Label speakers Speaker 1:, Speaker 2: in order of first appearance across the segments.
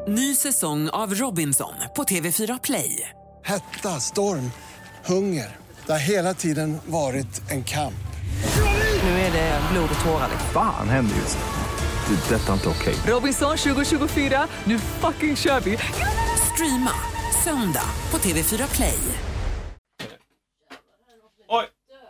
Speaker 1: Ny säsong av Robinson på TV4 Play.
Speaker 2: Hetta, storm, hunger. Det har hela tiden varit en kamp.
Speaker 1: Nu är det blod och tårar.
Speaker 3: Fan händer just nu. Det. Detta är inte okej.
Speaker 1: Robinson 2024, nu fucking kör vi. Streama söndag på TV4 Play.
Speaker 4: Oj.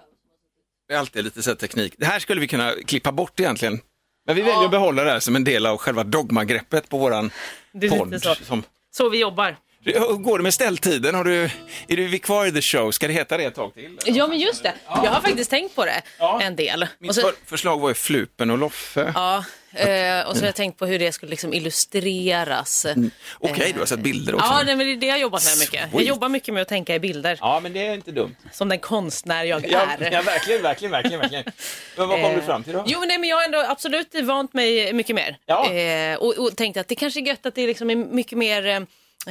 Speaker 4: Det är alltid lite så teknik. Det här skulle vi kunna klippa bort egentligen. Men vi väljer att behålla det här som en del av själva dogmagreppet på våran podd.
Speaker 5: Så vi jobbar.
Speaker 4: Hur går det med ställtiden? Är du kvar i the show? Ska det heta det ett tag till?
Speaker 5: Ja, men just det. Jag har faktiskt tänkt på det en del.
Speaker 4: Mitt förslag var ju Flupen och Loffe.
Speaker 5: Ja, och så har jag tänkt på hur det skulle liksom illustreras.
Speaker 4: Okej, du har sett bilder också.
Speaker 5: Ja, men det är det jag jobbar med mycket. Jag jobbar mycket med att tänka i bilder.
Speaker 4: Ja, men det är inte dumt.
Speaker 5: Som den konstnär jag är.
Speaker 4: Ja, verkligen. Men vad kom du fram till då?
Speaker 5: Jo, men jag har ändå absolut vant mig mycket mer.
Speaker 4: Ja.
Speaker 5: Och tänkt att det kanske är gött att det liksom är mycket mer...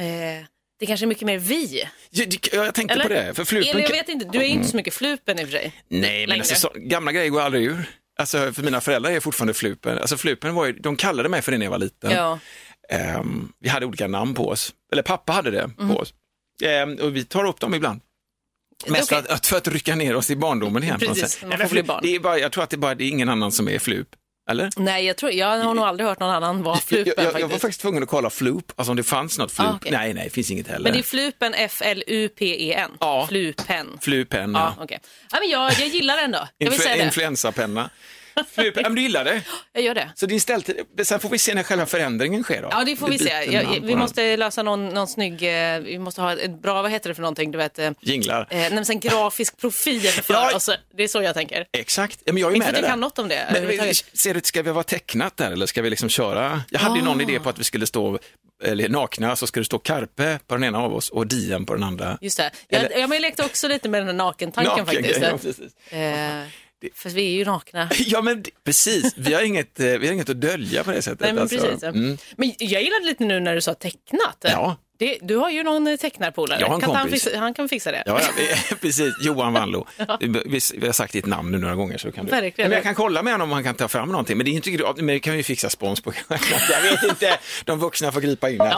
Speaker 5: det kanske är mycket mer vi.
Speaker 4: Jag tänkte
Speaker 5: eller?
Speaker 4: På det. För Flupen...
Speaker 5: Eller jag vet inte, du är inte så mycket Flupen i och för sig.
Speaker 4: Nej, men alltså, gamla grejer går aldrig ur. Alltså, för mina föräldrar är fortfarande Flupen. Alltså Flupen var ju, de kallade mig för det när jag var liten.
Speaker 5: Ja.
Speaker 4: Vi hade olika namn på oss. Eller pappa hade det på oss. Och vi tar upp dem ibland. Mest för att rycka ner oss i barndomen igen.
Speaker 5: Precis, man får bli barn.
Speaker 4: Jag tror att det är ingen annan som är Flup. Eller?
Speaker 5: Nej, jag har nog aldrig hört någon annan vara Flupen.
Speaker 4: Jag var faktiskt tvungen att kolla Flup, alltså om det fanns något Flup. Okay. Nej, det finns inget heller.
Speaker 5: Men det är Flupen, F-L-U-P-E-N.
Speaker 4: Ja.
Speaker 5: Flupen, ja. Okay. Ja, men jag gillar den då. Jag vill säga det.
Speaker 4: Influensapenna. Flupen, men du gillar det?
Speaker 5: Jag gör det.
Speaker 4: Så din ställtid, sen får vi se när själva förändringen sker då.
Speaker 5: Ja, det får vi se. Vi måste lösa någon snygg, vi måste ha ett bra, vad heter det för någonting, du vet?
Speaker 4: Jinglar.
Speaker 5: En grafisk profil för oss. Det är så jag tänker.
Speaker 4: Exakt, men jag är med
Speaker 5: det. Jag kan något om det.
Speaker 4: Men, ser du, ska vi vara tecknat där eller ska vi liksom köra? Jag hade ju någon idé på att vi skulle stå nakna, så ska det stå Carpe på den ena av oss och Diem på den andra.
Speaker 5: Just det. Jag lekte också lite med den här nakentanken faktiskt.
Speaker 4: Ja, precis.
Speaker 5: För vi är ju nakna.
Speaker 4: Ja, men precis. Vi har inget att dölja på det sättet.
Speaker 5: Nej, men
Speaker 4: alltså.
Speaker 5: precis. Men jag gillade lite nu när du sa tecknat.
Speaker 4: Ja.
Speaker 5: Du har ju någon tecknarpolare.
Speaker 4: Jag har en kompis.
Speaker 5: Han kan fixa det.
Speaker 4: Ja, precis. Johan Wannlo. Vi har sagt ditt namn nu några gånger, så kan du.
Speaker 5: Verkligen.
Speaker 4: Men jag kan kolla med honom om han kan ta fram någonting. Men det är inte men det kan vi fixa spons på. Jag vet inte. De vuxna får gripa in.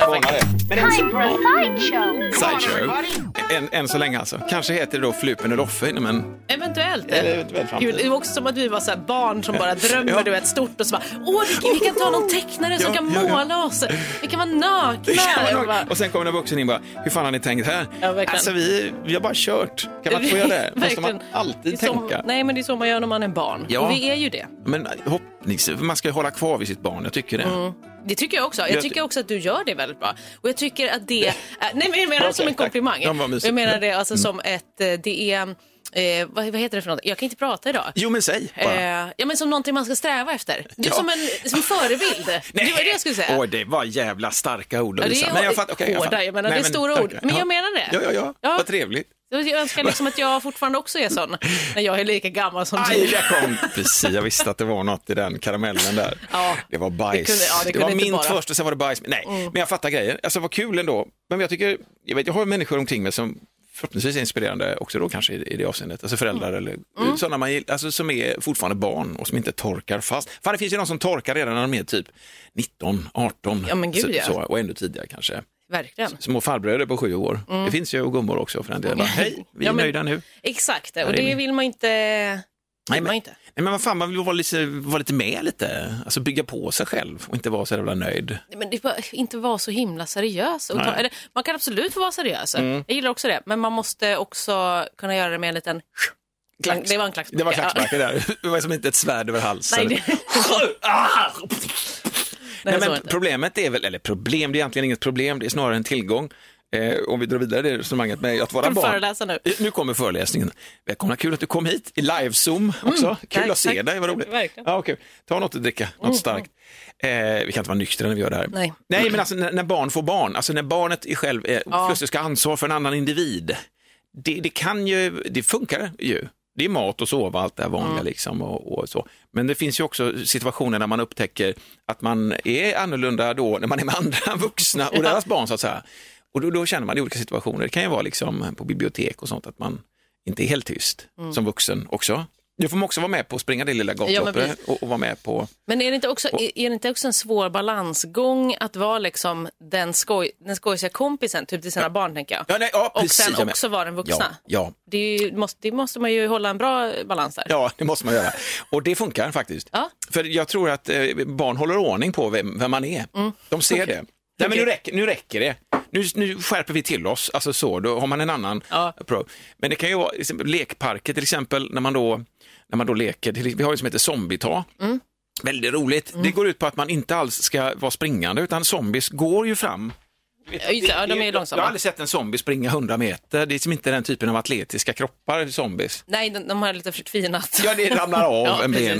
Speaker 4: Sideshow. Än så länge alltså. Kanske heter det då Flupen och Loffe. Men...
Speaker 5: Eventuellt.
Speaker 4: Gud,
Speaker 5: det var också som att vi var så här barn som bara drömmer, du vet, stort och så bara, vi kan ta någon tecknare som kan måla oss. Vi kan vara nakna.
Speaker 4: Och sen kommer en vuxen in och bara, hur fan har ni tänkt här?
Speaker 5: Ja,
Speaker 4: alltså vi har bara kört. Kan man inte få göra det? Måste man alltid tänka?
Speaker 5: Nej, men det är så man gör när man är barn. Ja. Och vi är ju det.
Speaker 4: Men man ska ju hålla kvar vid sitt barn, jag tycker det.
Speaker 5: Det tycker jag också. Jag tycker också att du gör det väldigt bra. Och jag tycker att det... nej, men jag menar det som en komplimang. Jag menar det alltså som ett... Det är... vad heter det för något? Jag kan inte prata idag.
Speaker 4: Jo, men säg bara.
Speaker 5: Ja, men som någonting man ska sträva efter. Du som en förebild.
Speaker 4: Nej.
Speaker 5: Det var det jag skulle säga.
Speaker 4: Det var jävla starka ord.
Speaker 5: Ja, det är hårda, jag menar, det är stora ord. Men jag menar det.
Speaker 4: Ja. Vad trevligt.
Speaker 5: Jag önskar liksom att jag fortfarande också är sån när jag är lika gammal som du.
Speaker 4: Precis, jag visste att det var något i den karamellen där. Ja, det var bajs. Det var mint först och sen var det bajs. Nej, men jag fattar grejer. Alltså vad kul ändå. Men jag tycker, jag har människor omkring mig som förhoppningsvis är inspirerande också då kanske i det avseendet. Alltså föräldrar eller sådana alltså, som är fortfarande barn och som inte torkar fast. Fan, det finns ju någon som torkar redan när de är typ 19, 18.
Speaker 5: Ja, men gud,
Speaker 4: så, och ännu tidigare kanske.
Speaker 5: Verkligen.
Speaker 4: Små farbröder på 7 år. Det finns ju gummor också för den delen. Hej, vi är nöjda nu.
Speaker 5: Exakt, och det vill man inte...
Speaker 4: Nej, men vad fan, man vill vara lite med lite. Alltså bygga på sig själv och inte vara så jävla nöjd.
Speaker 5: Men det är inte vara så himla seriös. Man kan absolut få vara seriös. Jag gillar också det. Men man måste också kunna göra det med en liten... Det var en klackspark.
Speaker 4: Det var klackspark där. Det var som inte ett svärd över halsen.
Speaker 5: Nej,
Speaker 4: Nej, men problemet är väl, det är egentligen inget problem, det är snarare en tillgång. Om vi drar vidare det resonemanget med att våra barn... Nu kommer föreläsningen. Välkomna, kul att du kom hit i live-zoom också. Kul att se dig, vad roligt. Ja, okay. Ta något att dricka, något starkt. Vi kan inte vara nyktra när vi gör det här. Nej, men alltså när barn får barn, alltså när barnet är själv plötsligt ska ansvar för en annan individ. Det kan ju, det funkar ju. Det är mat och sova, allt det här vanliga liksom och så. Men det finns ju också situationer där man upptäcker att man är annorlunda då när man är med andra vuxna och deras barn så att säga. Och då känner man i olika situationer. Det kan ju vara liksom på bibliotek och sånt att man inte är helt tyst som vuxen också. Du får också vara med på att springa det lilla gatloppet och vara med på...
Speaker 5: Men är det inte också en svår balansgång att vara liksom den skojsiga kompisen typ till sina barn, tänker jag? Och sen också vara den vuxna.
Speaker 4: Ja.
Speaker 5: Det måste man ju hålla en bra balans där.
Speaker 4: Ja, det måste man göra. Och det funkar faktiskt. Ja. För jag tror att barn håller ordning på vem man är. De ser det. Nej, men nu räcker det. Nu skärper vi till oss. Alltså så, då har man en annan approach. Men det kan ju vara lekparker till exempel, när man då leker. Vi har ju som heter Zombie-ta. Väldigt roligt. Det går ut på att man inte alls ska vara springande, utan zombies går ju fram.
Speaker 5: De är långsamma.
Speaker 4: Jag har aldrig sett en zombie springa 100 meter. Det är som inte den typen av atletiska kroppar, zombies.
Speaker 5: Nej, de har lite förtvinat.
Speaker 4: Ja, det ramlar av.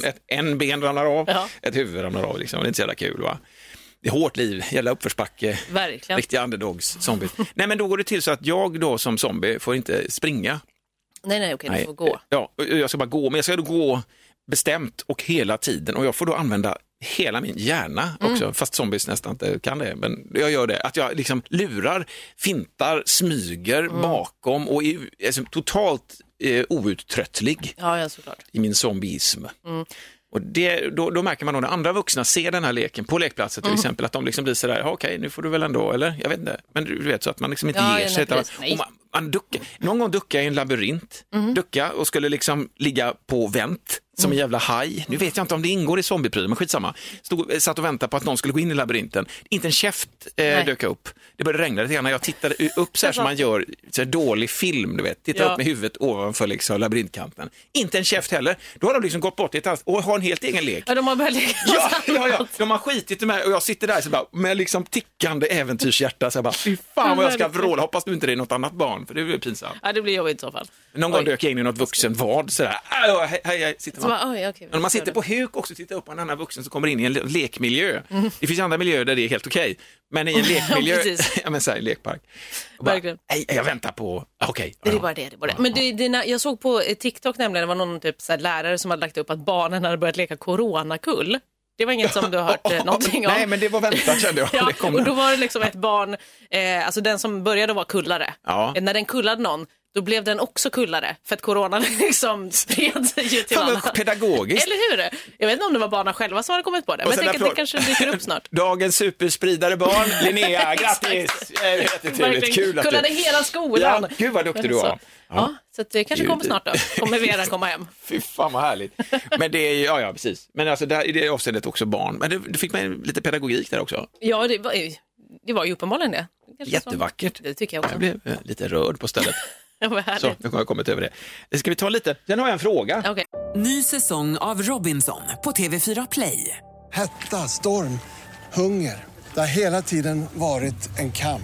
Speaker 4: En ben ramlar av. Ett huvud ramlar av. Liksom. Det är inte så jävla kul, va? Det är hårt liv, jävla uppförsbacke.
Speaker 5: Verkligen.
Speaker 4: Riktiga underdogs, zombies. Nej, men då går det till så att jag då som zombie får inte springa.
Speaker 5: Nej, okej, du får gå.
Speaker 4: Ja, jag ska bara gå, men jag ska då gå bestämt och hela tiden. Och jag får då använda hela min hjärna också, fast zombies nästan inte kan det. Men jag gör det, att jag liksom lurar, fintar, smyger bakom och är totalt outtröttlig
Speaker 5: såklart.
Speaker 4: I min zombieism. Och då märker man nog när andra vuxna ser den här leken på lekplatsen till exempel, att de liksom blir sådär, okej, nu får du väl ändå, eller? Jag vet inte. Men du vet, så att man liksom inte ger sig. Man duckar. Någon gång duckade jag i en labyrint. Ducka och skulle liksom ligga på vänt som en jävla haj. Nu vet jag inte om det ingår i zombieprylen, men skitsamma. Satt och väntade på att någon skulle gå in i labyrinten. Inte en käft dök upp. Det började regna lite grann när jag tittade upp så här som man gör så här dålig film, du vet. Tittar upp med huvudet ovanför liksom labyrintkanten. Inte en käft heller. Då har de liksom gått bort och har en helt egen lek.
Speaker 5: Ja, de har börjat leka.
Speaker 4: De har skitit i mig och jag sitter där så bara, med liksom tickande äventyrshjärta så jag bara, fy fan vad jag ska vråla. Hoppas nu inte det är något annat barn, för det blir pinsamt.
Speaker 5: Ja, det blir jobbigt i så fall.
Speaker 4: Någon gång dök jag in i något vuxen vad sådär. Hej, sitter man. Men man sitter på huk också, tittar upp på en annan vuxen som kommer in i en lekmiljö. Det finns andra miljöer där det är helt okej. Men i en lekmiljö, en lekpark. Verkligen. Jag väntar på,
Speaker 5: Det är bara det. Men jag såg på TikTok nämligen, det var någon typ så här lärare som hade lagt upp att barnen hade börjat leka coronakull. Det var inget som du har hört någonting om.
Speaker 4: Nej, men det var väntat, kände jag.
Speaker 5: Och då var det liksom ett barn, alltså den som började vara kullare. När den kullade någon, då blev den också kullare. För att corona liksom spred sig ju till alla.
Speaker 4: Pedagogiskt.
Speaker 5: Eller hur? Jag vet inte om det var barnen själva som hade kommit på det. Men jag tänker att det kanske dyker upp snart.
Speaker 4: Dagens superspridare barn, Linnea, grattis! Jättetrevligt, kul att
Speaker 5: kullade hela skolan.
Speaker 4: Ja, gud vad duktig du var.
Speaker 5: Ja, så det kanske kommer snart då. Kommer Vera komma hem.
Speaker 4: Fy fan vad härligt. Men det är, ja precis. Men alltså där, i det avseendet också barn. Men det fick man lite pedagogik där också.
Speaker 5: Ja, det var ju uppenbarligen det.
Speaker 4: Jättevackert.
Speaker 5: Det tycker jag också.
Speaker 4: Jag blev lite rörd på stället.
Speaker 5: Så,
Speaker 4: nu har jag kommit över det. Ska vi ta lite? Sen har jag en fråga.
Speaker 5: Okay.
Speaker 1: Ny säsong av Robinson på TV4 Play.
Speaker 2: Hetta, storm, hunger. Det har hela tiden varit en kamp.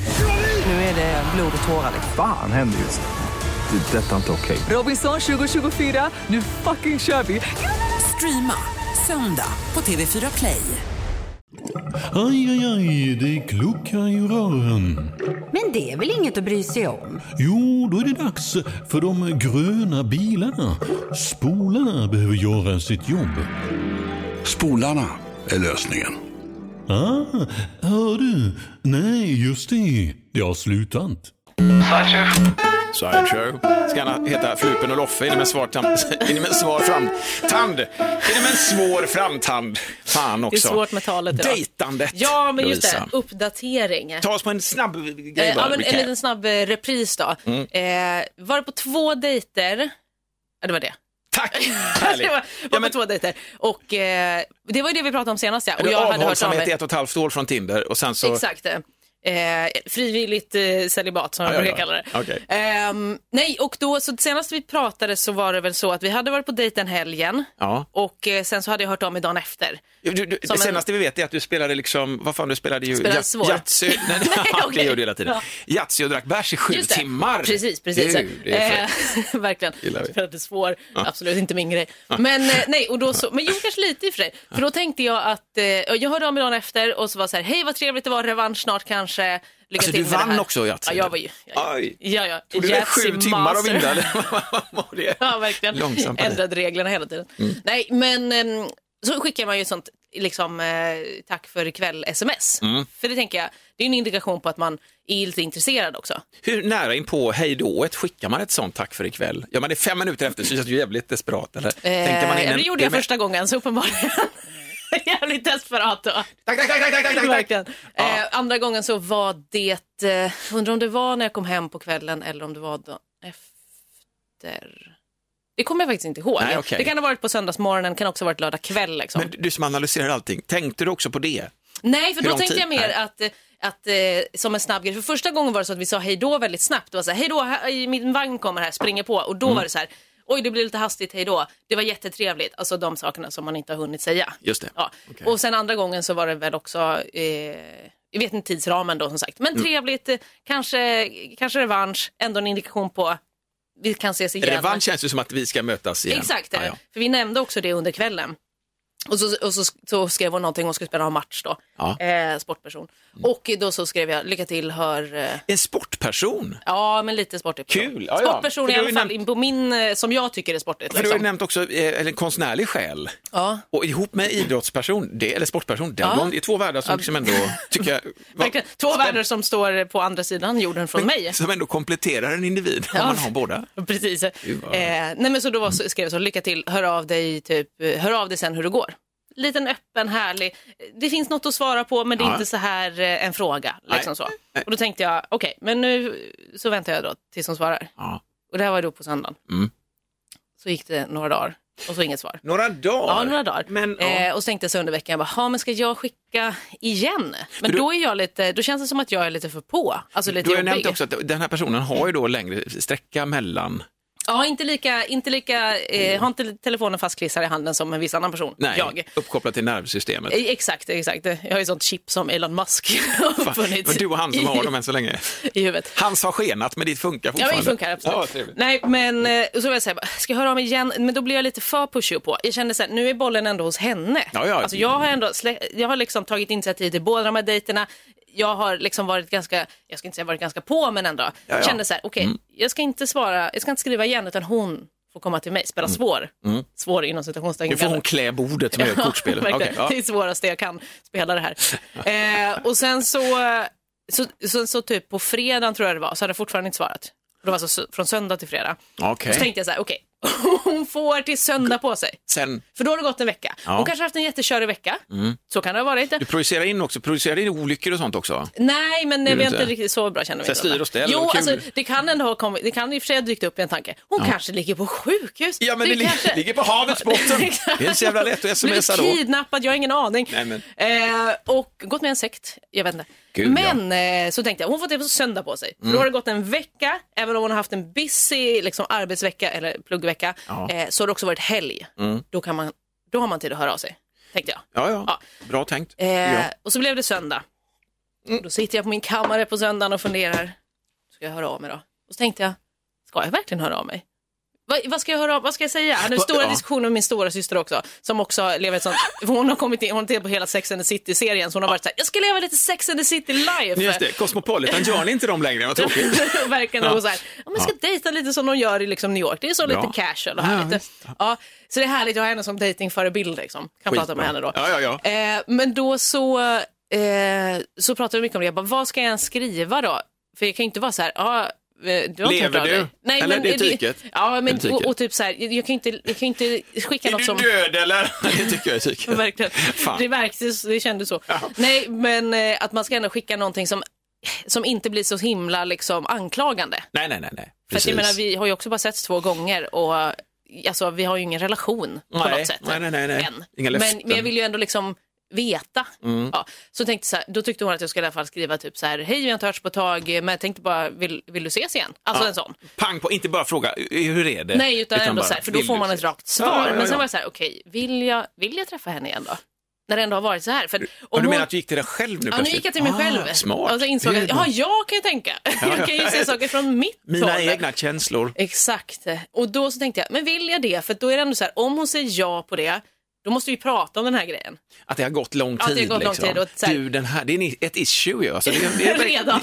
Speaker 1: Nu är det blod och tårar.
Speaker 3: Fan händer just det. Detta är inte okej.
Speaker 1: Robinson 2024, nu fucking kör vi. Streama söndag på TV4 Play.
Speaker 6: Aj, det kluckar i rören.
Speaker 7: Men det är väl inget att bry sig om?
Speaker 6: Jo, då är det dags för de gröna bilarna. Spolarna behöver göra sitt jobb.
Speaker 8: Spolarna är lösningen.
Speaker 6: Hör du? Nej, just det. Det har slutat.
Speaker 4: Sideshow. Ska han heta Flupen och Loffe? Är det med en svår framtand? Fan också.
Speaker 5: Det är svårt med talet idag.
Speaker 4: Dejtandet.
Speaker 5: Ja, men just det. Uppdatering.
Speaker 4: Ta oss på en snabb grej bara.
Speaker 5: En liten snabb repris då. Var det på 2 dejter? Ja, det var det.
Speaker 4: Tack!
Speaker 5: Det var på 2 dejter. Och det var ju det vi pratade om senast. Ja. Och jag hade hört om
Speaker 4: 1,5 år från Tinder. Och sen så...
Speaker 5: Exakt. Frivilligt celibat som jag brukar kalla det.
Speaker 4: Okay.
Speaker 5: Nej, och då så senast vi pratade så var det väl så att vi hade varit på dejten helgen. Och sen så hade jag hört om mig dagen efter.
Speaker 4: Det senaste vi vet är att du spelade liksom, vad fan du spelade ju
Speaker 5: Yatzy.
Speaker 4: Det gjorde hela tiden. Yatzy och drack bärs i 7 timmar.
Speaker 5: Precis. Verkligen. Spelade svår, absolut inte min grej. Men nej, och då så, men jo, kanske lite i för sig. För då tänkte jag att jag hörde om mig dagen efter och så var så här, hej vad trevligt det var, revansch snart kanske.
Speaker 4: Alltså du vann också Yatzy.
Speaker 5: Ja, jag var ju. Ja.
Speaker 4: Tog det 7 timmar att vinna eller vad var det?
Speaker 5: Ja, verkligen.
Speaker 4: Långsamt.
Speaker 5: Ändrade reglerna hela tiden. Nej, men så skickar man ju sånt liksom tack för ikväll sms. För det tänker jag, det är en indikation på att man är lite intresserad också.
Speaker 4: Hur nära in på hejdået skickar man ett sånt tack för ikväll? Ja, man är 5 minuter efter, så känns det ju jävligt desperat. Eller?
Speaker 5: Det gjorde jag första gången, så uppenbarligen. Jävligt desperat då.
Speaker 4: Tack.
Speaker 5: Andra gången så var det, undrar om det var när jag kom hem på kvällen eller om det var då efter. Det kommer jag faktiskt inte ihåg.
Speaker 4: Nej, okay.
Speaker 5: Det kan ha varit på söndagsmorgonen, kan också ha varit lördag kväll. Liksom.
Speaker 4: Men du som analyserar allting, tänkte du också på det?
Speaker 5: Nej, för då tänkte jag mer att som en snabb grej. För första gången var det så att vi sa hej då väldigt snabbt. Det var så här, hej då, min vagn kommer här, springer på. Och då var det så här, oj, det blir lite hastigt, hej då. Det var jättetrevligt. Alltså de sakerna som man inte har hunnit säga.
Speaker 4: Just det.
Speaker 5: Ja. Okay. Och sen andra gången så var det väl också, jag vet inte tidsramen då som sagt. Men trevligt, kanske revansch, ändå en indikation på vi kan ses igen.
Speaker 4: Revansch känns ju som att vi ska mötas igen.
Speaker 5: Exakt, för vi nämnde också det under kvällen. Och så skrev hon någonting, hon skulle spela en match då. Sportperson. Och då så skrev jag, lycka till,
Speaker 4: En sportperson?
Speaker 5: Ja, men lite sportigt.
Speaker 4: Kul!
Speaker 5: Sportperson i alla fall, på min, som jag tycker är sportigt.
Speaker 4: För du har ju nämnt också en konstnärlig själ.
Speaker 5: Ja.
Speaker 4: Och ihop med idrottsperson, eller sportperson, det är 2 världar som liksom ändå tycker jag...
Speaker 5: 2 världar som står på andra sidan jorden från mig.
Speaker 4: Som ändå kompletterar en individ, om man har båda.
Speaker 5: Precis. Nej, men så då skrev jag så, lycka till, hör av dig sen hur det går. Liten öppen, härlig. Det finns något att svara på, men det är inte så här en fråga. Liksom så. Och då tänkte jag, okej, men nu så väntar jag då tills hon svarar. Ja. Och det här var då på söndagen. Så gick det några dagar och så inget svar.
Speaker 4: Några dagar?
Speaker 5: Ja, några dagar. Men, och så tänkte jag så under veckan, men ska jag skicka igen? Men då är jag lite, då känns det som att jag är lite för på. Alltså lite
Speaker 4: du har nämnt också att den här personen har ju då längre sträcka mellan...
Speaker 5: Ja, inte lika har inte telefonen fastklistrad i handen som en viss annan person.
Speaker 4: Nej,
Speaker 5: jag.
Speaker 4: Uppkopplat till nervsystemet.
Speaker 5: Exakt. Jag har ju sånt chip som Elon Musk har uppfunnit.
Speaker 4: Men du och han som har dem än så länge.
Speaker 5: I huvudet.
Speaker 4: Hans har skenat, men ditt funkar fortfarande.
Speaker 5: Ja, det funkar absolut.
Speaker 4: Ja,
Speaker 5: nej, men så vill jag säga, ska jag höra om igen? Men då blir jag lite för pushig på. Jag kände så här, nu är bollen ändå hos henne.
Speaker 4: Ja.
Speaker 5: Alltså jag har liksom tagit initiativ till båda de här dejterna. Jag har liksom varit ganska, jag ska inte säga varit ganska på, men ändå. Jag kände så här, okej, jag ska inte skriva igen, utan hon får komma till mig, spela svår inom citationstecken.
Speaker 4: Nu får hon klä bordet som är kortspelet.
Speaker 5: Det är det svåraste jag kan spela det här. Och sen så typ på fredagen tror jag det var, så hade jag fortfarande inte svarat. Det var alltså från söndag till fredag.
Speaker 4: Okay.
Speaker 5: Så tänkte jag så här, okej, hon får till söndag på sig.
Speaker 4: Sen...
Speaker 5: För då har det gått en vecka. Hon kanske har haft en jättekörig vecka. Så kan det ha varit.
Speaker 4: Du projicerar in olyckor och sånt också?
Speaker 5: Nej, men vi är inte riktigt så bra, känner vi.
Speaker 4: Styr och ställ.
Speaker 5: Jo, alltså, det kan ändå ha kommit, det kan i och för sig ha dykt upp i en tanke. Hon kanske ligger på sjukhus.
Speaker 4: Ja, men det ligger på havets botten. Det är så jävla lätt att smsa då.
Speaker 5: Kidnappad, jag har ingen aning.
Speaker 4: Nej, men...
Speaker 5: och gått med en sekt, jag vet inte.
Speaker 4: Gud,
Speaker 5: men så tänkte jag, hon får det på söndag på sig. För då har det gått en vecka, även om hon har haft en busy liksom, arbetsvecka eller pluggvecka, så har det också varit helg. Då har man tid att höra av sig, tänkte jag.
Speaker 4: Ja. Bra tänkt.
Speaker 5: Och så blev det söndag. Då sitter jag på min kammare på söndagen och funderar, ska jag höra av mig då? Och så tänkte jag, ska jag verkligen höra av mig? Vad ska jag höra av? Vad ska jag säga? Jag hade en stora diskussion med min stora syster också, som också lever ett sånt, hon har kommit in, hon har tittat på hela Sex and the City-serien, så hon har varit så här, jag ska leva lite Sex and the City life.
Speaker 4: Just det, Cosmopolitan gör ni inte dem längre, vad tråkigt.
Speaker 5: Verkligen, och så här, man ska dejta lite som de gör i liksom New York, det är så lite casual och härligt. Så det är härligt, jag har henne som datingförebild liksom, kan prata med henne då. Men då så pratar vi mycket om det, jag bara, vad ska jag skriva då? För jag kan inte vara så här,
Speaker 4: lever du?
Speaker 5: Nej,
Speaker 4: eller men, det är tyket?
Speaker 5: Ja, men och typ så här, jag kan inte skicka något som...
Speaker 4: Är du död eller? Det tycker jag är tyket.
Speaker 5: Verkligen. Det kändes så. Ja. Nej, men att man ska ändå skicka någonting som inte blir så himla liksom anklagande.
Speaker 4: Nej.
Speaker 5: För att jag menar, vi har ju också bara setts 2 gånger och alltså, vi har ju ingen relation på något sätt.
Speaker 4: Nej. Inga löften.
Speaker 5: Men jag vill ju ändå liksom veta. Så tänkte så här, då tyckte hon att jag skulle i alla fall skriva typ så här, hej, vi har inte hörts på ett tag, men jag tänkte bara, vill du ses igen? Alltså en sån.
Speaker 4: Pang på, inte bara fråga, hur är det?
Speaker 5: Nej, utan ändå bara, så här, för då får man ett rakt svar. Men sen var jag så här, okej, vill jag träffa henne igen då? När det ändå har varit så här. För,
Speaker 4: du menar att du gick till dig själv nu plötsligt?
Speaker 5: Ja, nu gick jag till mig själv.
Speaker 4: Smart.
Speaker 5: Och så insåg jag, jag kan ju tänka. Jag kan ju se saker från mitt
Speaker 4: Mina
Speaker 5: håll.
Speaker 4: egna känslor.
Speaker 5: Exakt. Och då så tänkte jag, men vill jag det? För då är det ändå så här, om hon säger ja på det, då måste vi prata om den här grejen.
Speaker 4: Att det har gått lång tid.
Speaker 5: Det har gått lång tid och
Speaker 4: du, den här, det är ett issue ju. Alltså, det är
Speaker 5: redan.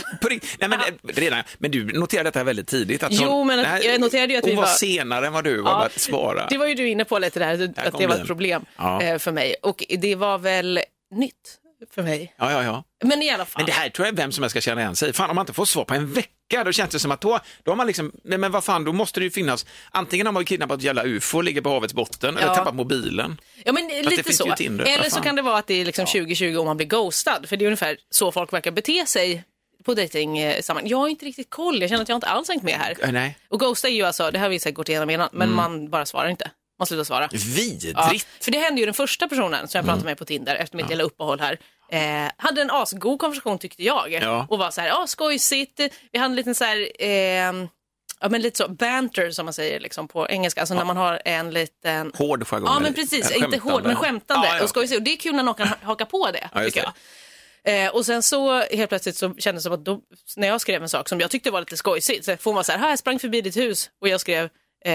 Speaker 4: Redan. Men du noterade detta väldigt tidigt. Att
Speaker 5: jag noterade ju att
Speaker 4: hon var senare än vad du var att svara.
Speaker 5: Det var ju du inne på lite där, att det var ett problem för mig. Och det var väl nytt för mig.
Speaker 4: Ja.
Speaker 5: Men i alla fall.
Speaker 4: Men det här tror jag vem som helst ska känna igen sig. Fan, om man inte får svar på en vecka, då känns det som att då har man liksom, men vad fan, då måste det ju finnas, antingen har man ju kidnappat ett jävla UFO, ligger på havets botten, eller tappat mobilen.
Speaker 5: Ja, men lite så. Eller så kan det vara att det är liksom 2020 om man blir ghostad, för det är ungefär så folk verkar bete sig på dejtingsammanhang. Jag har inte riktigt koll, jag känner att jag inte alls hängt med här.
Speaker 4: Nej.
Speaker 5: Och ghosta är ju alltså, det har vi säkert gått igenom innan, men man bara svarar inte. Man slutar svara.
Speaker 4: Vidrigt.
Speaker 5: Ja, för det hände ju den första personen som jag pratade med på Tinder efter mitt lilla uppehåll här. Hade en asgod konversation tyckte jag. Och var så här, skojsigt. Vi hade en liten så här, men lite så banter som man säger liksom på engelska. Alltså när man har en liten...
Speaker 4: Hård jargong.
Speaker 5: Ja, men precis. Inte hård, men skämtande. Och skojsigt. Och det är kul när någon kan haka på det, tycker jag. Och sen så helt plötsligt så kändes det som att då, när jag skrev en sak som jag tyckte var lite skojsigt, så får man så här, jag sprang förbi ditt hus. Och jag skrev,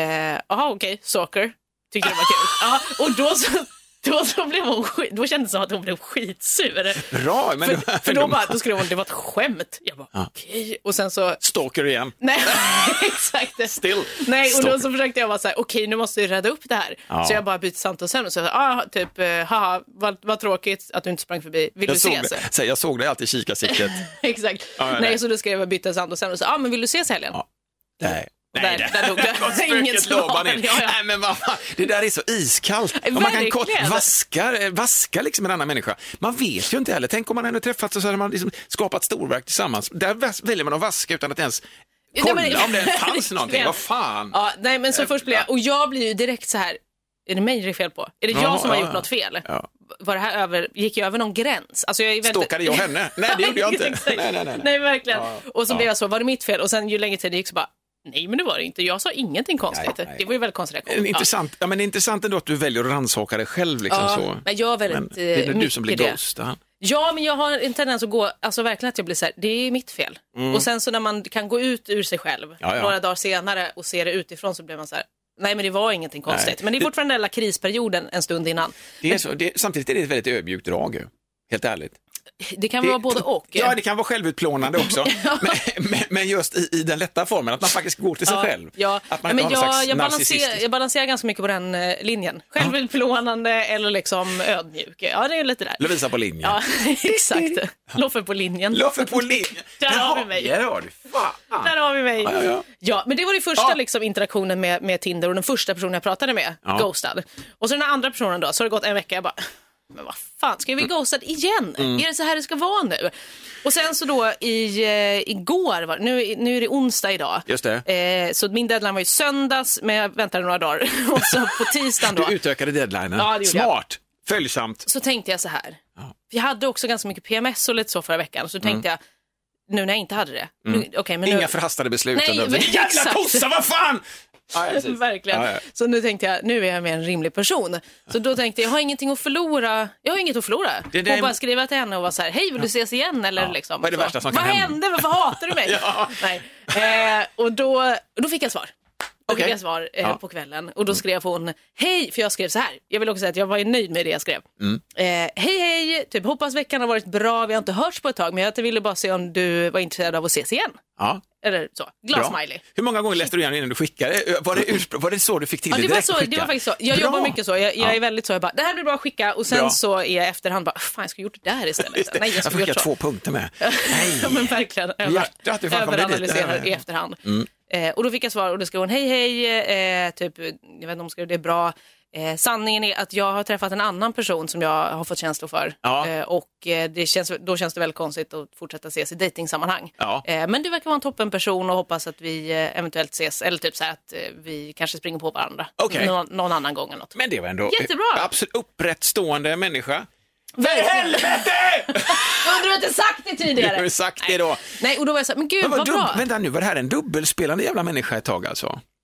Speaker 5: okej, soccer. Tyckte det var kul. Och då så blev hon då kändes det som att hon blev skitsur.
Speaker 4: Bra, men
Speaker 5: för då skrev hon, det var ett skämt. Jag bara, okej. Och sen så...
Speaker 4: Stalker igen.
Speaker 5: Nej, exakt.
Speaker 4: Still.
Speaker 5: Nej, och
Speaker 4: Stalker.
Speaker 5: då så försökte jag vara så här, okej, nu måste jag rädda upp det här. Så jag bara bytte samtal sen och så typ, haha, vad tråkigt att du inte sprang förbi. Vill du ses?
Speaker 4: Jag såg dig alltid i kikarsiktet.
Speaker 5: Exakt. Nej, så då skrev jag bytte samtal sen och så, men vill du ses helgen?
Speaker 4: Nej.
Speaker 5: Där dog det. Inget svar.
Speaker 4: Nej, men vad fan, det där är så iskallt. Om man kan vaska liksom en annan människa. Man vet ju inte heller. Tänk om man ändå träffats och så har man liksom skapat storverk tillsammans. Där väljer man att vaska utan att ens kolla om det fanns någonting. Vad fan?
Speaker 5: Ja, nej, men så först blir jag, och jag blir ju direkt så här, är det mig det är fel på? Är det jag som har gjort något fel?
Speaker 4: Ja.
Speaker 5: Var det här gick jag över någon gräns? Alltså jag är väldigt...
Speaker 4: Stalkade jag henne? Nej, det gjorde jag inte.
Speaker 5: Nej, verkligen. Och så blev jag så, var det mitt fel? Och sen ju längre tid det gick så bara, nej, men det var det inte. Jag sa ingenting konstigt. Nej. Det var ju väldigt konstigt.
Speaker 4: Intressant. Ja, men det är intressant ändå att du väljer att rannsaka dig själv. Liksom, så.
Speaker 5: Men jag är väldigt
Speaker 4: det är du som blir ghostad.
Speaker 5: Ja, men jag har en tendens att gå, alltså verkligen att jag blir så här, det är mitt fel. Och sen så när man kan gå ut ur sig själv några dagar senare och se det utifrån så blir man så här, nej, men det var ingenting konstigt. Nej. Men det är fortfarande den där krisperioden en stund innan.
Speaker 4: Samtidigt är det ett väldigt ödmjukt drag, helt ärligt.
Speaker 5: Det kan vara både och.
Speaker 4: Ja, det kan vara självutplånande också. men just i den lätta formen, att man faktiskt går till sig själv.
Speaker 5: Ja.
Speaker 4: Att man inte har
Speaker 5: jag balanserar ganska mycket på den linjen. Självutplånande eller liksom ödmjuk. Ja, det är lite där.
Speaker 4: Lovisa på linjen.
Speaker 5: Ja, exakt. Loffe på linjen.
Speaker 4: Loffe på linjen.
Speaker 5: Där har vi mig. Där har vi mig. Ja, men det var det första liksom, interaktionen med Tinder och den första personen jag pratade med, ghostad. Och så den andra personen då, så har det gått en vecka, jag bara... Men vad fan, ska vi ghostad igen? Är det så här det ska vara nu? Och sen så då igår, nu är det onsdag idag.
Speaker 4: Just det.
Speaker 5: Så min deadline var ju söndags, men jag väntade några dagar. Och så på tisdagen då.
Speaker 4: Du utökade deadlinen.
Speaker 5: Ja, det
Speaker 4: smart, följsamt.
Speaker 5: Så tänkte jag så här. Jag hade också ganska mycket PMS och lite så förra veckan. Så tänkte jag, nu när jag inte hade det. Men
Speaker 4: inga förhastade beslut.
Speaker 5: Nej,
Speaker 4: jäkla kossa, vad fan!
Speaker 5: Verkligen. Så nu tänkte jag, nu är jag med en rimlig person. Så då tänkte jag har inget att förlora. Och bara skriva till henne och vara så här, hej, vill du ses igen? Eller liksom,
Speaker 4: vad är det värsta som kan
Speaker 5: hända? Vad hände? Varför hatar du mig? Nej. Och då fick jag svar. Fick jag svar på kvällen. Och då skrev hon, hej, för jag skrev så här. Jag vill också säga att jag var nöjd med det jag skrev. Hej, typ hoppas veckan har varit bra. Vi har inte hörts på ett tag, men jag ville bara se om du var intresserad av att ses igen. Ja. Eller så, glad smiley.
Speaker 4: Hur många gånger läste du igen innan du skickade? Var det så du fick till det direkt?
Speaker 5: Det var faktiskt så. Jag jobbar mycket så. Jag är väldigt så. Jag bara, det här blir bra att skicka. Och sen så är jag efterhand bara, fan, jag skulle gjort det där istället. Nej, jag
Speaker 4: fick 2 punkter med.
Speaker 5: Ja, men verkligen. Överanalysera i efterhand. Och då fick jag svar och då skrev hon, hej, typ, jag vet inte om skrev det är bra. Sanningen är att jag har träffat en annan person som jag har fått känslor för. Och då känns det väldigt konstigt att fortsätta ses i dejtingsammanhang. Men det verkar vara en toppen person och hoppas att vi eventuellt ses. Eller typ så här att vi kanske springer på varandra någon annan gång eller något.
Speaker 4: Men det var ändå
Speaker 5: absolut
Speaker 4: upprättstående människa.
Speaker 5: För helvete! Undrar du inte sagt det tidigare?
Speaker 4: Du har sagt det då.
Speaker 5: Nej, och då var jag så här, men gud vad bra.
Speaker 4: Vänta nu, var det här en dubbelspelande jävla människa ett tag alltså?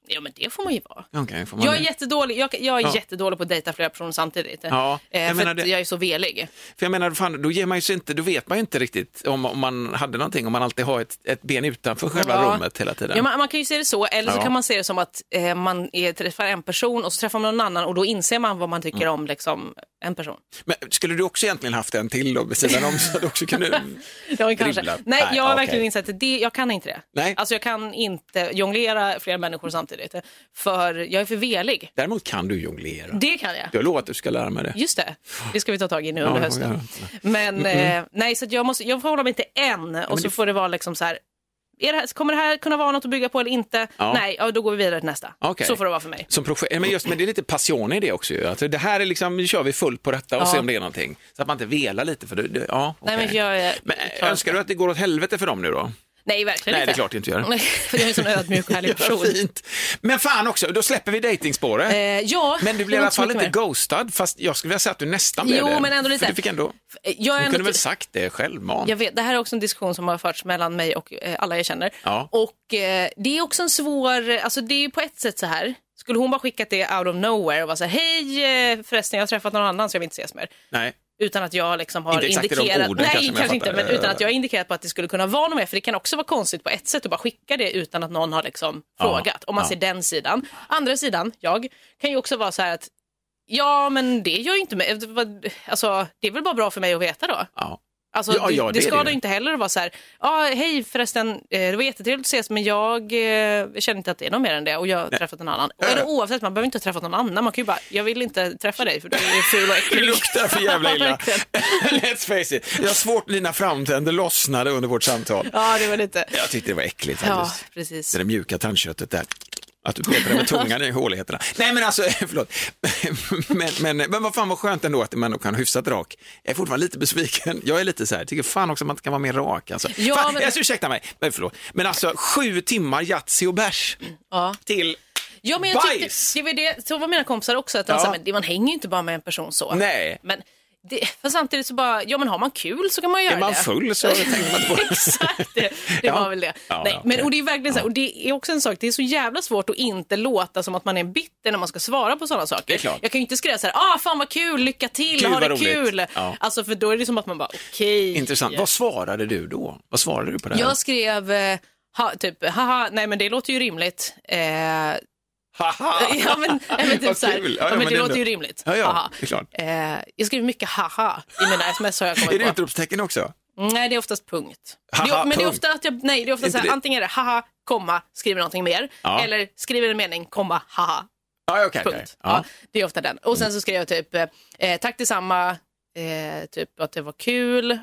Speaker 5: Ja, men det får man ju vara.
Speaker 4: Okay,
Speaker 5: jag är jättedålig. Jag är jättedålig på att dejta flera personer samtidigt.
Speaker 4: Ja,
Speaker 5: för att jag är så velig.
Speaker 4: För jag menar, fan, då ger man ju inte, då vet man ju inte riktigt om man hade någonting, om man alltid har ett ben utanför själva rummet hela tiden.
Speaker 5: Ja, man kan ju se det så, eller så kan man se det som att man träffar en person och så träffar man någon annan och då inser man vad man tycker om liksom, en person.
Speaker 4: Men skulle du också egentligen haft en till då, sidan om, så att du också kunde dribbla?
Speaker 5: Nej, jag har verkligen insett att jag kan inte det.
Speaker 4: Nej.
Speaker 5: Alltså jag kan inte jonglera flera människor samtidigt, för jag är för velig.
Speaker 4: Däremot kan du jonglera.
Speaker 5: Det kan jag.
Speaker 4: Jag lovar att du ska lära mig det.
Speaker 5: Just det ska vi ta tag i nu under hösten. Men nej, så att jag får hålla mig till en och så får det vara liksom så här. Kommer det här kunna vara något att bygga på eller inte? Ja. Nej, då går vi vidare till nästa. Okay. Så får det vara för mig.
Speaker 4: Men det är lite passion i det också ju. Alltså, det här är liksom, nu kör vi fullt på detta och ser om det är någonting. Så att man inte velar lite för det. Ja, okay.
Speaker 5: Nej, men
Speaker 4: önskar du att det går åt helvete för dem nu då?
Speaker 5: Nej, verkligen
Speaker 4: inte.
Speaker 5: Nej,
Speaker 4: det är klart inte gör.
Speaker 5: Nej, för jag är en sån ödmjuk och härlig person.
Speaker 4: Fint. Men fan också, då släpper vi datingspåret.
Speaker 5: Ja.
Speaker 4: Men du blev i alla fall inte ghostad, fast jag skulle vilja säga att du nästan blev det.
Speaker 5: Jo, men ändå lite.
Speaker 4: För du fick ändå... Du kunde väl sagt det självmant.
Speaker 5: Jag vet, det här är också en diskussion som har förts mellan mig och alla jag känner.
Speaker 4: Ja.
Speaker 5: Och det är också en svår... Alltså det är ju på ett sätt så här. Skulle hon bara skickat det out of nowhere och vara så här, hej förresten, jag har träffat någon annan så jag vill inte ses mer.
Speaker 4: Nej.
Speaker 5: Utan att jag liksom har indikerat... Nej, kanske inte, men utan att jag har indikerat på att det skulle kunna vara något mer. För det kan också vara konstigt på ett sätt att bara skicka det utan att någon har liksom frågat. Om man ser den sidan. Andra sidan, jag kan ju också vara så här att ja, men det gör ju inte mig. Alltså, det är väl bara bra för mig att veta då. Ja. Alltså, det ska ju inte heller vara så här, hej förresten, det var jättetrevligt att ses, men jag känner inte att det är något mer än det och jag har träffat en annan. Eller oavsett, man behöver inte ha träffat någon annan, man kan ju bara, jag vill inte träffa dig för du är ful och äcklig.
Speaker 4: Du luktar för jävla illa. Let's face it, jag har svårt att dina framtänder lossnade under vårt samtal.
Speaker 5: Ja, det var lite.
Speaker 4: Jag tyckte det var äckligt.
Speaker 5: Ja, precis.
Speaker 4: Det mjuka tandköttet där. Att du petar med tungan i håligheterna. Nej, men alltså, förlåt. Men vad fan var skönt ändå att man kan hyfsat rak. Jag är fortfarande lite besviken. Jag är lite så här, tycker fan också att man kan vara mer rak. Alltså. Ja, fan, men... ursäkta mig, men förlåt. Men alltså, 7 timmar Yatzy och bärs till...
Speaker 5: Ja, men jag tyckte, så var mina kompisar också, att man hänger ju inte bara med en person så.
Speaker 4: Nej.
Speaker 5: Men för samtidigt så bara, men har man kul så kan man göra det.
Speaker 4: Är man full så tänker man på.
Speaker 5: Exakt, det var väl det. Ja, nej, men och det är verkligen så här, och det är också en sak, det är så jävla svårt att inte låta som att man är bitter när man ska svara på sådana saker.
Speaker 4: Det är klart.
Speaker 5: Jag kan ju inte skriva så här, fan vad kul, lycka till, ha det kul. Ja. Alltså för då är det som att man bara, okej.
Speaker 4: Intressant. Vad svarade du då? Vad svarade du på det här?
Speaker 5: Jag skrev, haha, nej men det låter ju rimligt.
Speaker 4: Haha.
Speaker 5: Ja, men typ så här. Men det låter ju rimligt.
Speaker 4: Ja, det är klart.
Speaker 5: Jag skriver mycket haha i mina sms, har jag kommit på.
Speaker 4: Är det utropstecken också?
Speaker 5: Nej, det är oftast punkt.
Speaker 4: Haha,
Speaker 5: men det är ofta att det är ofta så här, antingen är det haha, komma, skriver någonting mer, eller skriver en mening, komma, haha.
Speaker 4: Okay.
Speaker 5: Punkt. Ja, det är ofta den. Och sen så skrev jag typ tack detsamma, typ att det var kul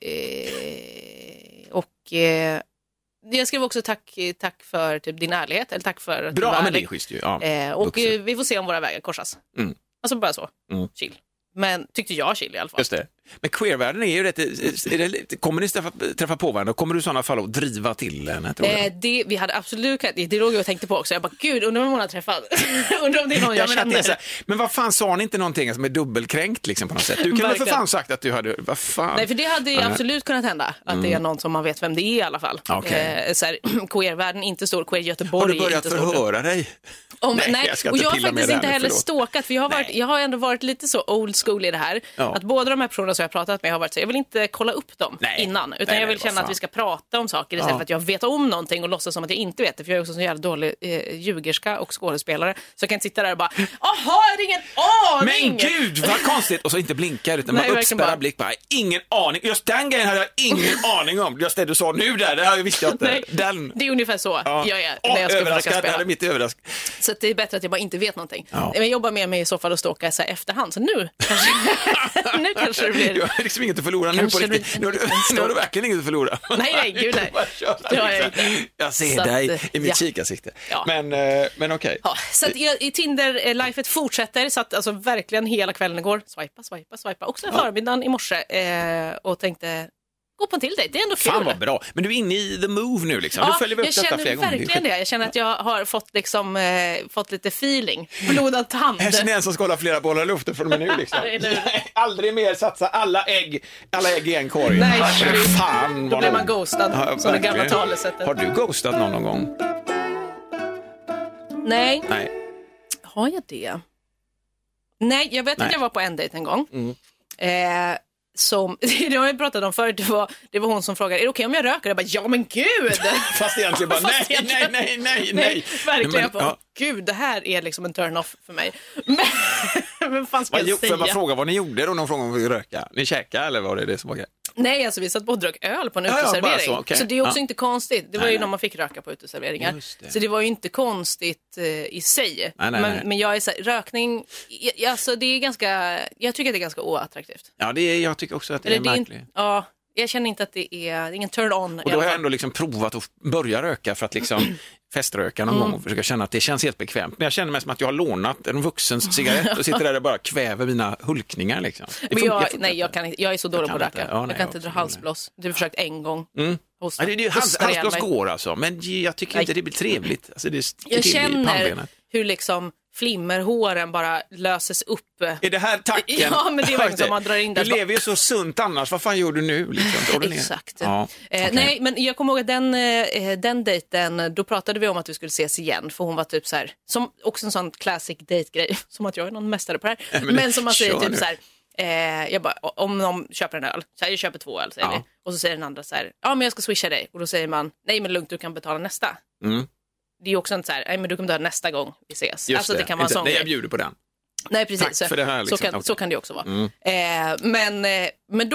Speaker 5: och jag skrev också tack för typ din ärlighet, eller tack för att
Speaker 4: bra, du var men det är schysst ju. Ja,
Speaker 5: och vi får se om våra vägar korsas. Alltså bara så, chill. Men tyckte jag chill i alla fall.
Speaker 4: Just det. Men queervärlden är ju rätt... Kommer ni träffa på varandra? Kommer du i sådana fall att driva till henne?
Speaker 5: Vi hade absolut... Det låg jag och tänkte på också. Jag bara, gud, undrar om hon har träffat. Undrar om det är någon jag känner.
Speaker 4: Men vad fan sa ni inte någonting som är dubbelkränkt liksom, på något sätt? Du kan väl för fan sagt att du hade... Vad fan? Nej,
Speaker 5: för det hade absolut kunnat hända. Att det är någon som man vet vem det är i alla fall.
Speaker 4: Okay.
Speaker 5: Queervärlden inte stor, queer Göteborg.
Speaker 4: Har du börjat förhöra dig?
Speaker 5: Nej, och jag har faktiskt inte heller stalkat. För jag har ändå varit lite så old school i det här. Ja. Att båda de här personerna som jag har pratat med har varit så, jag vill inte kolla upp dem innan. Utan jag vill känna att vi ska prata om saker istället för att jag vet om någonting och låtsas som att jag inte vet det. För jag är också så jävla dålig ljugerska och skådespelare. Så jag kan inte sitta där och bara, jag har ingen aning!
Speaker 4: Men gud, vad konstigt! Och så inte blinkar utan man uppspärrar blick bara, ingen aning. Just den grejen hade jag ingen aning om. Just det du sa nu där, det här visste jag inte.
Speaker 5: Det är ungefär så jag är när jag ska försöka spela.
Speaker 4: Det är mitt överraskning.
Speaker 5: Så det är bättre att jag bara inte vet någonting. Jag jobbar med mig i så fall och stalka så här efterhand. Så nu kanske det blir...
Speaker 4: Du har liksom inget att förlora nu på riktigt. Nu har du verkligen inget att förlora.
Speaker 5: Nej, gud nej.
Speaker 4: Jag ser dig i mitt kikarsikte. Ja. Men okej.
Speaker 5: Ja, så att i Tinder-lifet fortsätter. Så att alltså verkligen hela kvällen igår. Swipa. Också förmiddagen i morse. Och tänkte... gå på en till dig, det är ändå kul.
Speaker 4: Fan vad bra, men du är inne i the move nu liksom. Du följer upp detta flera gånger.
Speaker 5: Jag känner verkligen det. Jag känner att jag har fått lite feeling. Blodad tand.
Speaker 4: Jag känner en som ska hålla flera bollar i luften från mig nu liksom. Aldrig mer satsa alla ägg i en korg.
Speaker 5: Nej,
Speaker 4: fan.
Speaker 5: Då blir man ghostad, som det gamla talesättet.
Speaker 4: Har du ghostat någon gång?
Speaker 5: Nej. Har jag det? Nej, jag vet att jag var på en dejt en gång. Som, det har jag pratat om förut, det var hon som frågade, är det okej om jag röker? Jag bara, ja men gud!
Speaker 4: Fast egentligen bara, nej.
Speaker 5: Verkligen, gud, det här är liksom en turn-off för mig. Men fan ska jag säga?
Speaker 4: För man frågar vad ni gjorde då, någon fråga om vi röka. Ni käkade eller var det som var grejen?
Speaker 5: Nej, alltså vi satt på och drack öl på en uteservering. Så det är också inte konstigt. Det var ju när man fick röka på uteserveringar. Så det var ju inte konstigt i sig. Men jag är så här, rökning, alltså det är ganska, jag tycker att det är ganska oattraktivt.
Speaker 4: Ja, jag tycker också att det är märkligt.
Speaker 5: Ja, jag känner inte att det är ingen turn-on.
Speaker 4: Och då har jag ändå liksom provat att börja röka för att liksom feströka någon gång och försöka känna att det känns helt bekvämt. Men jag känner mig som att jag har lånat en vuxens cigarett och sitter där och bara kväver mina hulkningar liksom. Jag är så dålig på att röka. Jag kan inte dra halsblås. Du har försökt en gång. Halsblås går alltså, men jag tycker inte det blir trevligt. Alltså,
Speaker 5: jag känner hur liksom flimmerhåren bara löses upp.
Speaker 4: Är det här tacken?
Speaker 5: Ja, men det är verkligen som man drar in där.
Speaker 4: Du lever ju så sunt annars, vad fan gör du nu? Liksom?
Speaker 5: Exakt. Ja. Nej, men jag kommer ihåg att den dejten, då pratade vi om att vi skulle ses igen. För hon var typ så här, som också en sån classic date-grej, som att jag är någon mästare på det här. Men som man säger typ så här, jag bara, om någon köper en öl, så här, jag köper 2 öl, säger vi. Och så säger den andra så här, ja men jag ska swisha dig. Och då säger man, nej men lugnt, du kan betala nästa. Det är också inte så här, nej men du kommer döra nästa gång vi ses.
Speaker 4: Just
Speaker 5: alltså det kan vara sån.
Speaker 4: Nej, jag bjuder på den.
Speaker 5: Nej, precis.
Speaker 4: Tack för det här, liksom.
Speaker 5: Så kan det också vara. Men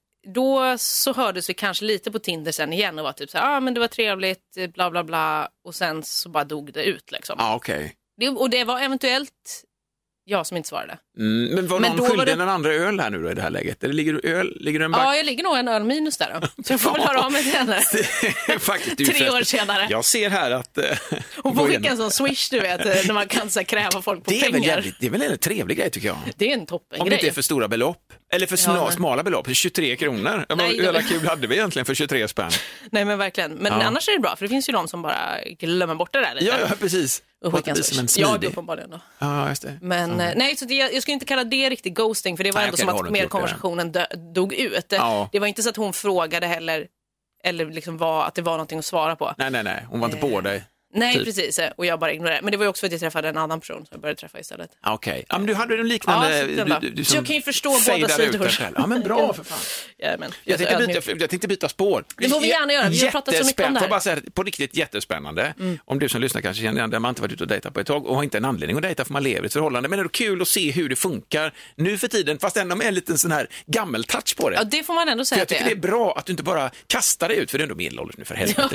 Speaker 5: då så hördes vi kanske lite på Tinder sen igen och var typ så här, men det var trevligt, bla bla bla. Och sen så bara dog det ut liksom.
Speaker 4: Okej.
Speaker 5: Och det var eventuellt jag som inte svarade.
Speaker 4: Men var någon skyldig den andra öl här nu då i det här läget? Eller ligger du en back?
Speaker 5: Ja, jag ligger nog en öl minus där då. Så jag får väl höra av mig till henne.
Speaker 4: Faktiskt,
Speaker 5: 3 år senare.
Speaker 4: Jag ser här att...
Speaker 5: Hon får skicka en sån swish, du vet, när man kan så kräva folk på pengar.
Speaker 4: Det är väl en trevlig grej tycker jag.
Speaker 5: Det är en toppen
Speaker 4: Om det inte är för stora belopp. Eller för smala belopp, 23 kronor. Hur jävla kul hade vi egentligen för 23 spänn? Nej,
Speaker 5: men verkligen. Men annars är det bra, för det finns ju de som bara glömmer bort det där lite.
Speaker 4: Ja, precis.
Speaker 5: Och jag uppenbarligen då.
Speaker 4: Ja, just det.
Speaker 5: Men nej, så jag skulle inte kalla det riktigt ghosting, för det var ändå som att mer konversationen dog ut. Det var inte så att hon frågade heller, eller liksom att det var någonting att svara på.
Speaker 4: Nej, hon var inte på dig.
Speaker 5: Nej, typ. Precis. Och jag bara ignorerade. Men det var ju också för att jag träffade en annan person som jag började träffa istället.
Speaker 4: Okej. Ja, men du hade en liknande...
Speaker 5: Så jag kan ju förstå båda sidor.
Speaker 4: Ja, men bra för fan.
Speaker 5: Ja, men,
Speaker 4: jag tänkte byta spår.
Speaker 5: Det får vi gärna göra. Vi har pratat så mycket om det här.
Speaker 4: Bara säga, på riktigt jättespännande. Om du som lyssnar kanske känner igen det, man inte varit ute och dejtat på ett tag och har inte en anledning att dejta för man lever i ett förhållande. Men det är kul att se hur det funkar nu för tiden, fast ändå med en liten sån här gammeltouch på det.
Speaker 5: Ja, det får man ändå säga.
Speaker 4: För jag tycker det är bra att du inte bara kastar dig ut, för det är ändå medelålders nu för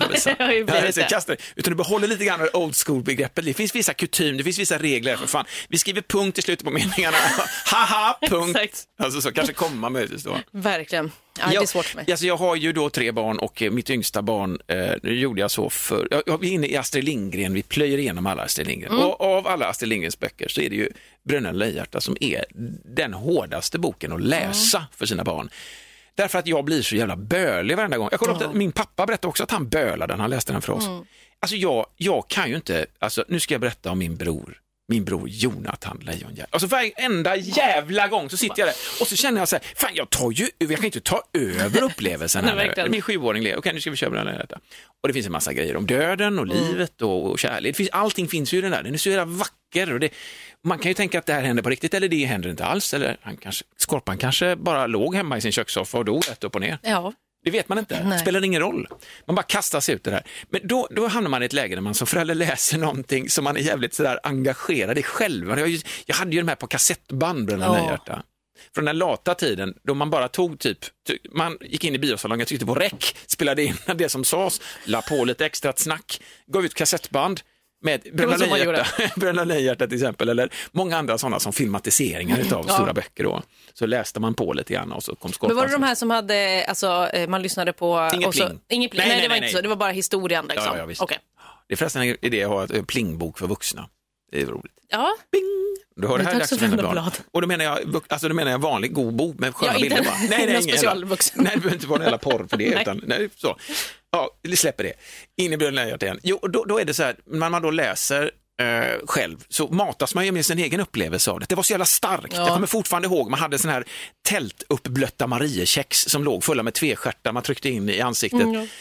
Speaker 4: helvete. Utan du behåller lite grann old school-begreppet. Det finns vissa kutym, det finns vissa regler för fan. Vi skriver punkt i slutet på meningarna. Haha, punkt. Alltså så kanske komma möjligtvis då.
Speaker 5: Verkligen. Ja, det är svårt för mig.
Speaker 4: Alltså jag har ju då 3 barn och mitt yngsta barn, nu gjorde jag så för... Vi är inne i Astrid Lindgren, vi plöjer igenom alla Astrid Lindgren. Och av alla Astrid Lindgrens böcker så är det ju Bröderna Lejonhjärta som är den hårdaste boken att läsa för sina barn. Därför att jag blir så jävla bölig varenda gång. Jag kollar upp att min pappa berättade också att han bölade när han läste den för oss. Alltså jag kan ju inte, alltså nu ska jag berätta om min bror Jonathan Lejonhjärta. Alltså varenda jävla gång så sitter jag där och så känner jag så här, fan jag kan inte ta över upplevelsen här. Min 7-åring lever, okej nu ska vi köra den här. Och det finns en massa grejer om döden och livet och kärlek. Allting finns ju i den där, den är så jävla vacker och man kan ju tänka att det här händer på riktigt eller det händer inte alls. Eller Skorpan kanske bara låg hemma i sin kökssoffa och dog rätt upp och ner.
Speaker 5: Ja.
Speaker 4: Det vet man inte, det spelar ingen roll. Man bara kastar sig ut det där. Men då hamnar man i ett läge där man som förälder läser någonting som man är jävligt sådär engagerad i själv. Jag hade ju de här på kassettband, Bröderna Lejonhjärta. Från den lata tiden då man bara tog man gick in i biosalongen, tryckte på räck, spelade in det som sades, la på lite extra snack, gav ut kassettband med Bröderna Lejonhjärta till exempel, eller många andra sådana som filmatiseringar utav stora böcker då. Så läste man på lite grann och så kom Skorpan.
Speaker 5: Men var det de här som hade, alltså man lyssnade på...
Speaker 4: Inget
Speaker 5: pling. Nej, det var inte så, det var bara historien liksom.
Speaker 4: Ja, visst. Okay. Det är förresten en idé att ha ett plingbok för vuxna. Det är roligt.
Speaker 5: Ja.
Speaker 4: Bing! Du hör det här också blad. Och då menar jag vanlig god bok med sköna bilder bara. Nej,
Speaker 5: specialvuxen.
Speaker 4: Nej, det behöver inte vara en jävla porr för det utan så. Ja, vi släpper det. In i Bröderna Lejonhjärta igen. Jo, då är det så här, när man då läser själv så matas man ju med sin egen upplevelse av det. Det var så jävla starkt. Jag kommer fortfarande ihåg, man hade sån här tältuppblötta Mariekex som låg fulla med tvestjärtar man tryckte in i ansiktet.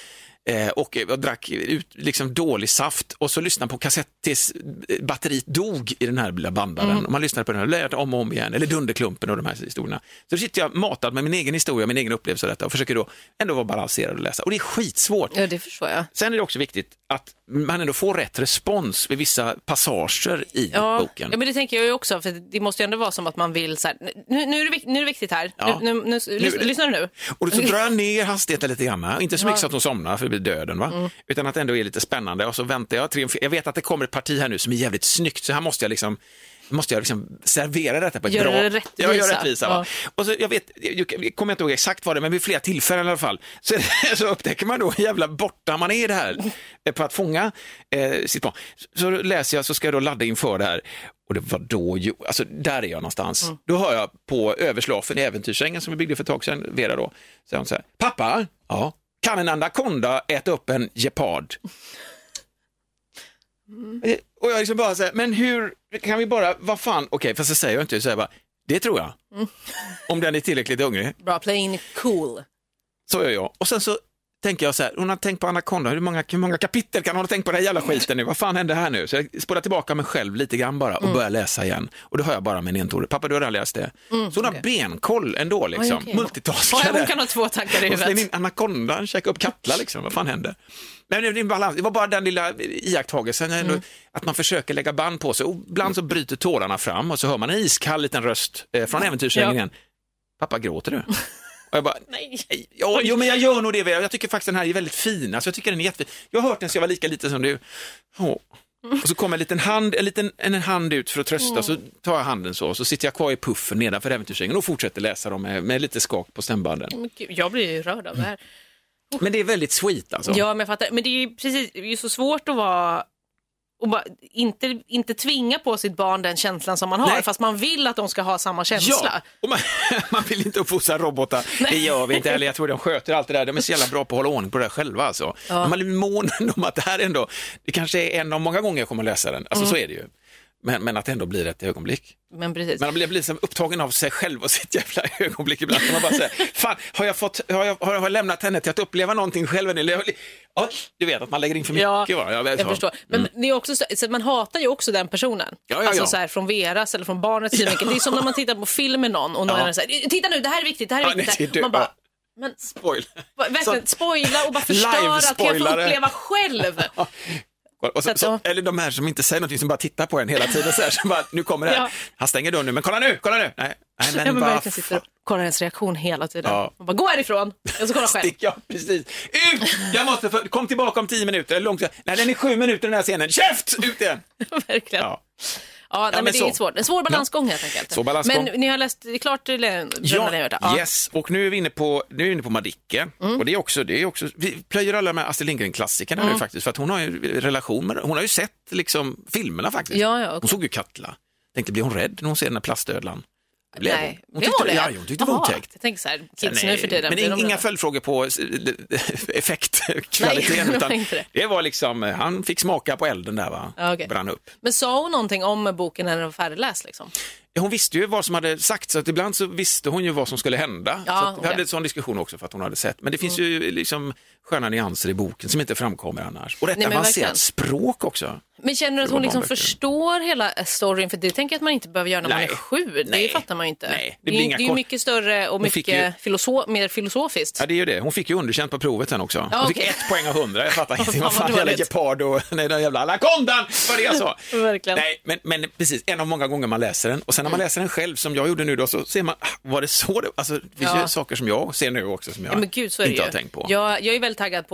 Speaker 4: och jag drack ut liksom dålig saft och så lyssnade på kassett tills batteriet dog i den här lilla bandaren. Och man lyssnade på den här lät om och om igen, eller Dunderklumpen och de här historierna. Så då sitter jag matad med min egen historia, min egen upplevelse av detta och försöker då ändå vara balanserad och läsa. Och det är skitsvårt.
Speaker 5: Ja, det förstår jag.
Speaker 4: Sen är det också viktigt att man ändå får rätt respons vid vissa passager i boken. Ja,
Speaker 5: men det tänker jag ju också, för det måste ju ändå vara som att man vill så här, nu är det viktigt här. Ja. Lyssnar du nu?
Speaker 4: Och så drar jag ner hastigheten lite grann, inte så mycket så att de somnar för det blir döden, va? Utan att det ändå är lite spännande och så väntar jag vet att det kommer ett parti här nu som är jävligt snyggt, så här måste jag liksom servera detta på ett bra... Gör rättvisa. Va? Och så, jag kommer inte ihåg exakt vad det är, men vid flera tillfällen i alla fall så upptäcker man då hur jävla borta man är i det här på att fånga sitt barn. Så läser jag, så ska jag då ladda inför det här. Och det var då, alltså där är jag någonstans. Då hör jag på överslafen i Äventyrssängen som vi byggde för ett tag sedan, Vera då, så hon säger: pappa, kan en anakonda äta upp en gepard? Och jag liksom bara säger, men hur kan vi bara, vad fan, okej, fast så säger jag inte, så jag bara, det tror jag. Om den är tillräckligt hungrig.
Speaker 5: Bra, playing cool.
Speaker 4: Så gör jag. Och sen så tänker jag så här, hon har tänkt på anakonda, hur många kapitel kan hon ha tänkt på den här jävla skiten nu? Vad fan hände här nu? Så jag spolar tillbaka mig själv lite grann bara och börjar läsa igen. Och då hör jag bara med en entorig: pappa, du har redan läst det. Så hon har benkoll ändå liksom.
Speaker 5: Okay.
Speaker 4: Multitaskare.
Speaker 5: Hon kan ha 2 tankar i huvudet.
Speaker 4: Anakondan, käka upp kattla liksom. Vad fan hände? Men det var bara den lilla iakttagelsen att man försöker lägga band på sig. Och ibland så bryter tårarna fram och så hör man en iskall liten röst från Äventyrssängen igen. Pappa, gråter du? Och jag bara, nej. Jo, men jag gör nog det. Jag tycker faktiskt den här är väldigt fin. Alltså, jag tycker den är jättefin. Jag har hört den så jag var lika liten som du. Och så kommer en hand ut för att trösta. Så tar jag handen så. Och så sitter jag kvar i puffen nedanför Äventyrssängen och fortsätter läsa dem med lite skak på stämbanden.
Speaker 5: Jag blir ju rörd av det här.
Speaker 4: Men det är väldigt sweet alltså.
Speaker 5: Ja, men jag fattar. Men det är ju precis, det är ju så svårt att vara och bara inte tvinga på sitt barn den känslan som man har. Nej. Fast man vill att de ska ha samma känsla.
Speaker 4: Ja, och man vill inte uppfostra robotar. Nej. Det gör vi inte heller. Jag tror de sköter allt det där. De är så jävla bra på att hålla ordning på det själva alltså. Ja. Men man är mån om att det här ändå, det kanske är en av många gånger jag kommer att läsa den. Alltså så är det ju. Men att det ändå blir ett ögonblick.
Speaker 5: Men precis.
Speaker 4: Man blir liksom upptagen av sig själv och sitt jävla ögonblick ibland. Man bara säger, fan, har jag lämnat henne till att uppleva någonting själv? Ja, du vet att man lägger in för mycket.
Speaker 5: Ja, jag förstår. Men det är också så man hatar ju också den personen. Alltså så här, från Veras eller från barnets synvinkel. Det är som när man tittar på film med någon och någon säger, titta nu, det här är viktigt, det här är viktigt. Man bara, men verkligen spoila och bara förstöra att jag får uppleva själv.
Speaker 4: Och så, eller de här som inte säger någonting, som bara tittar på en hela tiden så här, som bara, nu kommer det här. Han stänger dörren nu, men kolla nu. Nej, men bara,
Speaker 5: verkligen sitter och kollar ens reaktion hela tiden. Man bara, gå härifrån. Och så kollar själv.
Speaker 4: Ja, precis. Ut! Jag måste kom tillbaka om 10 minuter eller långt. Nej, den är 7 minuter den här scenen. Käft! Ut igen!
Speaker 5: Verkligen. Ja, men det är svårt. En svår balansgång helt enkelt.
Speaker 4: Svår balansgång.
Speaker 5: Men ni har läst klart
Speaker 4: yes. Och nu är vi inne på Madické. Och det är också vi plöjer alla med Astrid Lindgren-klassikerna nu faktiskt, för att hon har ju relation med, hon har ju sett liksom filmerna faktiskt.
Speaker 5: Ja,
Speaker 4: hon såg ju Katla. Tänkte, blir hon rädd när hon ser den här plastödlan?
Speaker 5: Nej,
Speaker 4: hon tyckte det var otäckt.
Speaker 5: Jag tänker så här, kids nu för tiden.
Speaker 4: Men inga följdfrågor på effektkvaliteten, utan det var liksom, han fick smaka på elden där, va?
Speaker 5: Okay.
Speaker 4: Brann upp.
Speaker 5: Men sa hon någonting om boken när den var färdigläst liksom?
Speaker 4: Hon visste ju vad som hade sagt, så att ibland så visste hon ju vad som skulle hända. Så att vi hade en sån diskussion också för att hon hade sett. Men det finns ju liksom sköna nyanser i boken som inte framkommer annars. Och detta avancerat språk också.
Speaker 5: Men känner du att hon liksom förstår hela storyn? För det tänker jag att man inte behöver göra när man är 7. Det fattar man ju inte.
Speaker 4: Nej,
Speaker 5: det är ju mycket större och mycket mer filosofiskt.
Speaker 4: Ja, det är ju det. Hon fick ju underkänt på provet sen också. Hon fick 1 poäng av 100. Jag fattar inte vad fan jävla gepard och den jävla anakondan. Vad det jag sa.
Speaker 5: Verkligen.
Speaker 4: Nej, men precis. En av många gånger man läser den. Och sen när man läser den själv, som jag gjorde nu då, så ser man, var det så det? Alltså, det finns ju saker som jag ser nu också som jag inte har tänkt på.
Speaker 5: Jag är väldigt taggad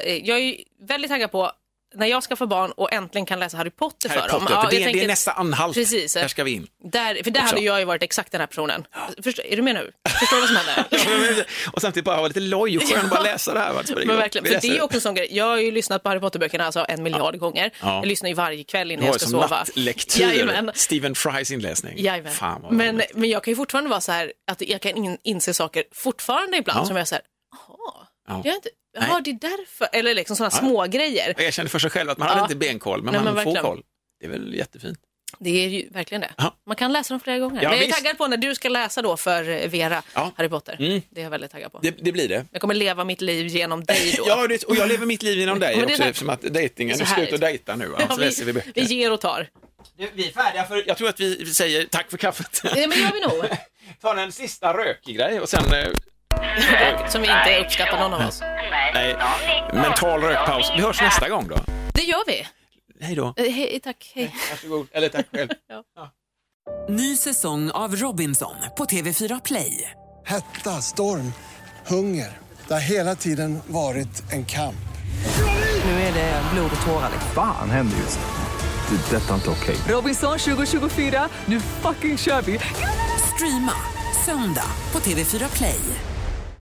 Speaker 5: på när jag ska få barn och äntligen kan läsa Harry Potter för dem.
Speaker 4: Det är nästa anhalt. Precis. Där ska vi in.
Speaker 5: Där hade jag ju varit exakt den här personen. Är du med nu? Förstår du vad som händer?
Speaker 4: Och samtidigt bara vara lite loj och skön och bara läsa det här.
Speaker 5: Men verkligen, för det är ju också en sån grej. Jag har ju lyssnat på Harry Potter-böckerna 1 miljard gånger. Jag lyssnar ju varje kväll innan jag ska sova.
Speaker 4: Nattlektur. Stephen Frys inläsning.
Speaker 5: Fan, men jag kan ju fortfarande vara så här att jag kan inse saker fortfarande ibland som jag säger, jag är inte... Ja, det är därför. Eller liksom sådana små grejer.
Speaker 4: Jag kände för sig själv att man hade inte benkoll, men man får koll. Det är väl jättefint.
Speaker 5: Det är ju verkligen det.
Speaker 4: Ja.
Speaker 5: Man kan läsa dem flera gånger.
Speaker 4: Ja,
Speaker 5: men jag är taggad på när du ska läsa då för Vera, Harry Potter. Det är jag väldigt taggad på.
Speaker 4: Det blir det.
Speaker 5: Jag kommer leva mitt liv genom dig då.
Speaker 4: Ja, och jag lever mitt liv genom dig också, eftersom att dejtingen, du ska ut och dejta nu.
Speaker 5: Ja, vi ger och tar.
Speaker 4: Vi är färdiga för, jag tror att vi säger tack för kaffet.
Speaker 5: Ja, men gör vi nog.
Speaker 4: Ta en sista rökig grej och sen...
Speaker 5: Som vi inte uppskattar någon av oss.
Speaker 4: Nej, mental rökpaus. Vi hörs nästa gång då.
Speaker 5: Det gör vi.
Speaker 4: Hej då.
Speaker 5: Hej, tack. Hej.
Speaker 4: Varsågod. Eller tack själv.
Speaker 5: Ja.
Speaker 1: Ny säsong av Robinson på TV4 Play.
Speaker 2: Hetta, storm, hunger. Det har hela tiden varit en kamp.
Speaker 1: Nu är det blod och tårar.
Speaker 3: Fan händer just det. Detta är inte okej.
Speaker 1: Robinson 2024, nu fucking kör vi. Streama söndag på TV4 Play.